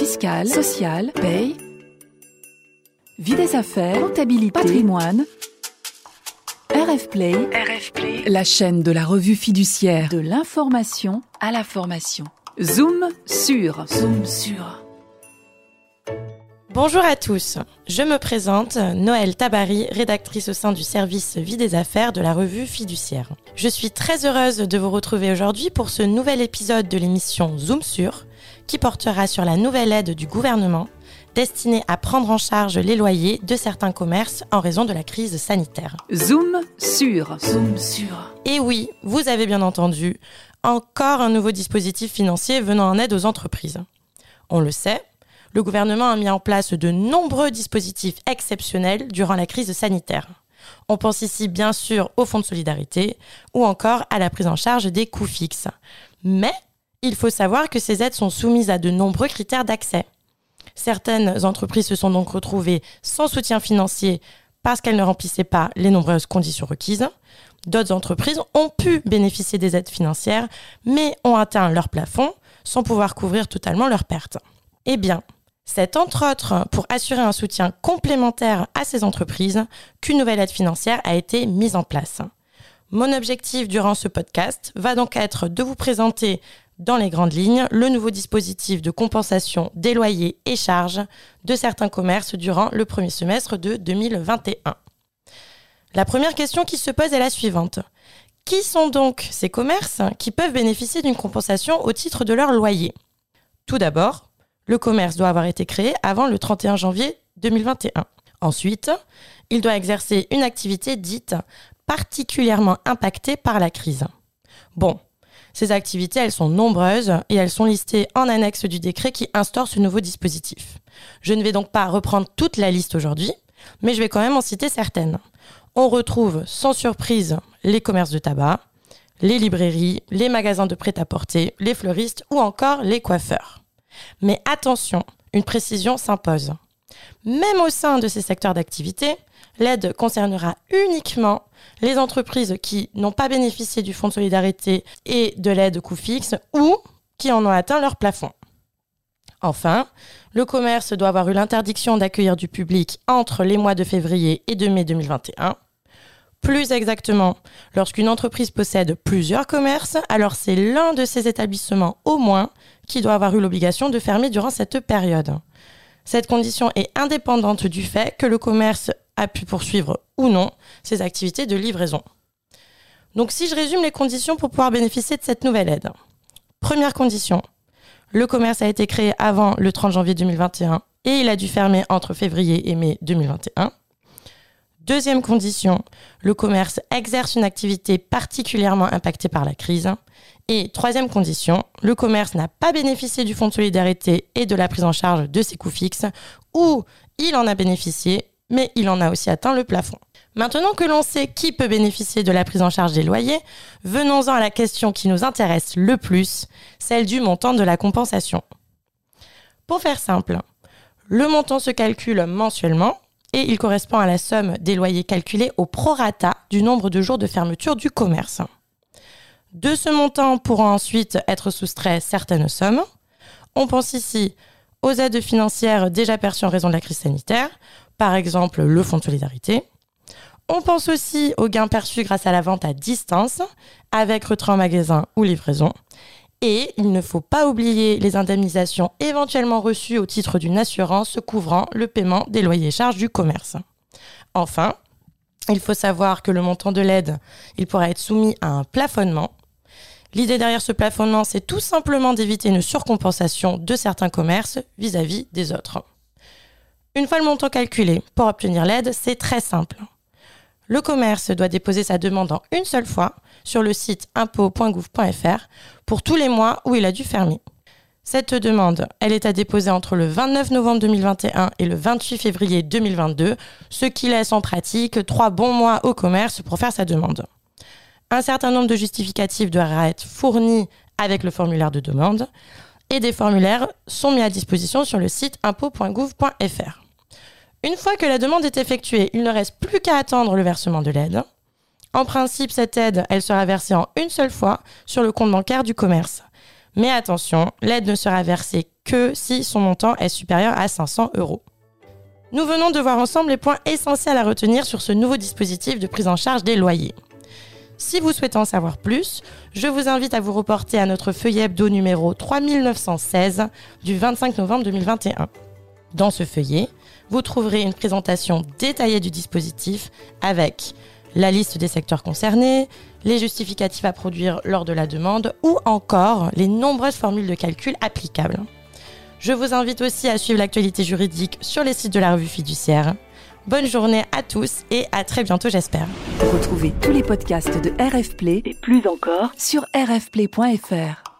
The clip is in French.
fiscale, sociale, paye, vie des affaires, comptabilité, patrimoine. RF Play, la chaîne de la revue fiduciaire de l'information à la formation. Zoom sur. Bonjour à tous, je me présente, Noëlle Tabary, rédactrice au sein du service Vie des affaires de la revue fiduciaire. Je suis très heureuse de vous retrouver aujourd'hui pour ce nouvel épisode de l'émission Zoom sur, qui portera sur la nouvelle aide du gouvernement destinée à prendre en charge les loyers de certains commerces en raison de la crise sanitaire. Zoom sur. Et oui, vous avez bien entendu, encore un nouveau dispositif financier venant en aide aux entreprises. On le sait, le gouvernement a mis en place de nombreux dispositifs exceptionnels durant la crise sanitaire. On pense ici bien sûr au fonds de solidarité ou encore à la prise en charge des coûts fixes. Mais il faut savoir que ces aides sont soumises à de nombreux critères d'accès. Certaines entreprises se sont donc retrouvées sans soutien financier parce qu'elles ne remplissaient pas les nombreuses conditions requises. D'autres entreprises ont pu bénéficier des aides financières, mais ont atteint leur plafond sans pouvoir couvrir totalement leurs pertes. Eh bien, c'est entre autres pour assurer un soutien complémentaire à ces entreprises qu'une nouvelle aide financière a été mise en place. Mon objectif durant ce podcast va donc être de vous présenter dans les grandes lignes le nouveau dispositif de compensation des loyers et charges de certains commerces durant le premier semestre de 2021. La première question qui se pose est la suivante. Qui sont donc ces commerces qui peuvent bénéficier d'une compensation au titre de leur loyer ? Tout d'abord, le commerce doit avoir été créé avant le 31 janvier 2021. Ensuite, il doit exercer une activité dite particulièrement impactée par la crise. Bon, ces activités, elles sont nombreuses et elles sont listées en annexe du décret qui instaure ce nouveau dispositif. Je ne vais donc pas reprendre toute la liste aujourd'hui, mais je vais quand même en citer certaines. On retrouve sans surprise les commerces de tabac, les librairies, les magasins de prêt-à-porter, les fleuristes ou encore les coiffeurs. Mais attention, une précision s'impose. Même au sein de ces secteurs d'activité, l'aide concernera uniquement les entreprises qui n'ont pas bénéficié du fonds de solidarité et de l'aide coût fixe ou qui en ont atteint leur plafond. Enfin, le commerce doit avoir eu l'interdiction d'accueillir du public entre les mois de février et de mai 2021. Plus exactement, lorsqu'une entreprise possède plusieurs commerces, alors c'est l'un de ces établissements au moins qui doit avoir eu l'obligation de fermer durant cette période. Cette condition est indépendante du fait que le commerce a pu poursuivre ou non ses activités de livraison. Donc si je résume les conditions pour pouvoir bénéficier de cette nouvelle aide. Première condition, le commerce a été créé avant le 30 janvier 2021 et il a dû fermer entre février et mai 2021. Deuxième condition, le commerce exerce une activité particulièrement impactée par la crise. Et troisième condition, le commerce n'a pas bénéficié du fonds de solidarité et de la prise en charge de ses coûts fixes, ou il en a bénéficié, mais il en a aussi atteint le plafond. Maintenant que l'on sait qui peut bénéficier de la prise en charge des loyers, venons-en à la question qui nous intéresse le plus, celle du montant de la compensation. Pour faire simple, le montant se calcule mensuellement, et il correspond à la somme des loyers calculés au prorata du nombre de jours de fermeture du commerce. De ce montant pourront ensuite être soustraites certaines sommes. On pense ici aux aides financières déjà perçues en raison de la crise sanitaire, par exemple le fonds de solidarité. On pense aussi aux gains perçus grâce à la vente à distance, avec retrait en magasin ou livraison. Et il ne faut pas oublier les indemnisations éventuellement reçues au titre d'une assurance couvrant le paiement des loyers et charges du commerce. Enfin, il faut savoir que le montant de l'aide, il pourra être soumis à un plafonnement. L'idée derrière ce plafonnement, c'est tout simplement d'éviter une surcompensation de certains commerces vis-à-vis des autres. Une fois le montant calculé, pour obtenir l'aide, c'est très simple. Le commerce doit déposer sa demande en une seule fois sur le site impôts.gouv.fr pour tous les mois où il a dû fermer. Cette demande, elle est à déposer entre le 29 novembre 2021 et le 28 février 2022, ce qui laisse en pratique 3 bons mois au commerce pour faire sa demande. Un certain nombre de justificatifs doivent être fournis avec le formulaire de demande et des formulaires sont mis à disposition sur le site impôts.gouv.fr. Une fois que la demande est effectuée, il ne reste plus qu'à attendre le versement de l'aide. En principe, cette aide, elle sera versée en une seule fois sur le compte bancaire du commerce. Mais attention, l'aide ne sera versée que si son montant est supérieur à 500 €. Nous venons de voir ensemble les points essentiels à retenir sur ce nouveau dispositif de prise en charge des loyers. Si vous souhaitez en savoir plus, je vous invite à vous reporter à notre feuillet hebdo numéro 3916 du 25 novembre 2021. Dans ce feuillet, vous trouverez une présentation détaillée du dispositif avec la liste des secteurs concernés, les justificatifs à produire lors de la demande ou encore les nombreuses formules de calcul applicables. Je vous invite aussi à suivre l'actualité juridique sur les sites de la revue fiduciaire. Bonne journée à tous et à très bientôt j'espère. Retrouvez tous les podcasts de RF Play et plus encore sur rfplay.fr.